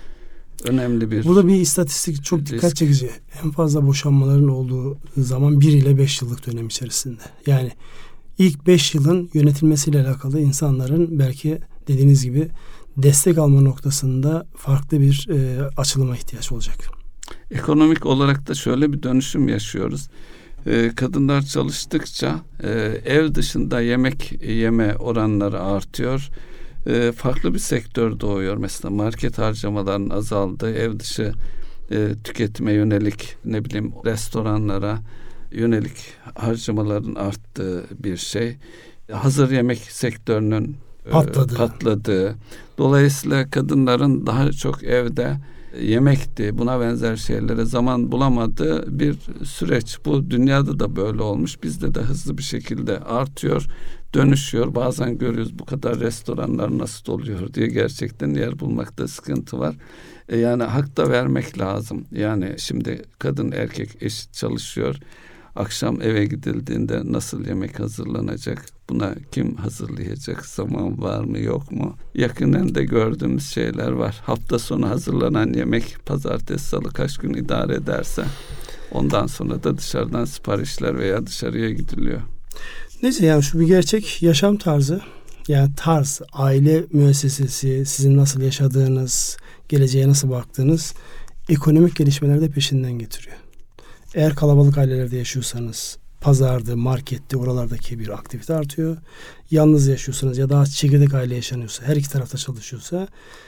Önemli bir... Burada bir istatistik çok dikkat risk. çekici. En fazla boşanmaların olduğu zaman bir ile beş yıllık dönem içerisinde. Yani ilk beş yılın yönetilmesiyle alakalı insanların belki dediğiniz gibi destek alma noktasında farklı bir e, açılıma ihtiyaç olacak. Ekonomik olarak da şöyle bir dönüşüm yaşıyoruz. E, kadınlar çalıştıkça e, ev dışında yemek yeme oranları artıyor. E, farklı bir sektör doğuyor. Mesela market harcamalarının azaldığı, ev dışı e, tüketime yönelik ne bileyim restoranlara yönelik harcamaların arttığı bir şey. Hazır yemek sektörünün patladı. E, patladığı. Dolayısıyla kadınların daha çok evde yemekti, buna benzer şeylere zaman bulamadığı bir süreç. Bu dünyada da böyle olmuş. Bizde de hızlı bir şekilde artıyor, dönüşüyor. Bazen görüyoruz bu kadar restoranlar nasıl oluyor diye gerçekten yer bulmakta sıkıntı var. E yani hak da vermek lazım. Yani şimdi kadın erkek eşit çalışıyor. Akşam eve gidildiğinde nasıl yemek hazırlanacak? Buna kim hazırlayacak? Zaman var mı yok mu? Yakından da gördüğümüz şeyler var. Hafta sonu hazırlanan yemek pazartesi, salı kaç gün idare ederse ondan sonra da dışarıdan siparişler veya dışarıya gidiliyor. Neyse yani şu bir gerçek yaşam tarzı. Yani tarz, aile müessesesi, sizin nasıl yaşadığınız, geleceğe nasıl baktığınız ekonomik gelişmeleri de peşinden getiriyor. Eğer kalabalık ailelerde yaşıyorsanız pazarda, markette oralardaki bir aktivite artıyor. Yalnız yaşıyorsanız ya da çekirdek aile yaşanıyorsa, her iki tarafta çalışıyorsa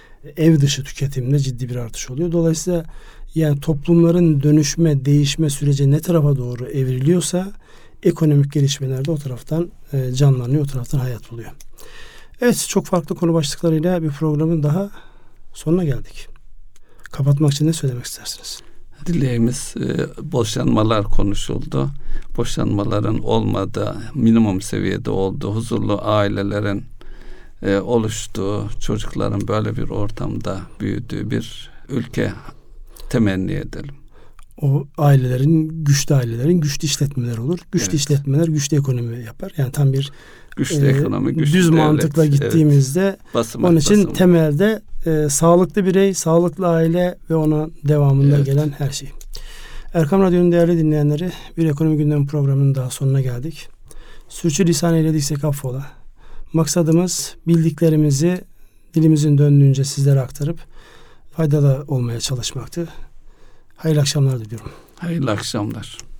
ev dışı tüketimde ciddi bir artış oluyor. Dolayısıyla yani toplumların dönüşme, değişme süreci ne tarafa doğru evriliyorsa ekonomik gelişmeler de o taraftan e, canlanıyor, o taraftan hayat buluyor. Evet, çok farklı konu başlıklarıyla bir programın daha sonuna geldik. Kapatmak için ne söylemek istersiniz? Dileğimiz e, boşanmalar konuşuldu. Boşanmaların olmadığı, minimum seviyede olduğu, huzurlu ailelerin e, oluştuğu, çocukların böyle bir ortamda büyüdüğü bir ülke temenni edelim. o ailelerin, güçlü ailelerin güçlü işletmeler olur. Güçlü Evet. işletmeler güçlü ekonomi yapar. Yani tam bir Güçlü e, ekonomi, güçlü düz devlet. mantıkla gittiğimizde Evet. Basamak, onun için basamak. temelde e, sağlıklı birey, sağlıklı aile ve ona devamında Evet. gelen her şey. Erkam Radyo'nun değerli dinleyenleri, bir ekonomi gündemi programının daha sonuna geldik. Sürçülisan eylediksek affola. Maksadımız bildiklerimizi dilimizin döndüğünce sizlere aktarıp faydalı olmaya çalışmaktı. Hayırlı akşamlar diliyorum. Hayırlı akşamlar.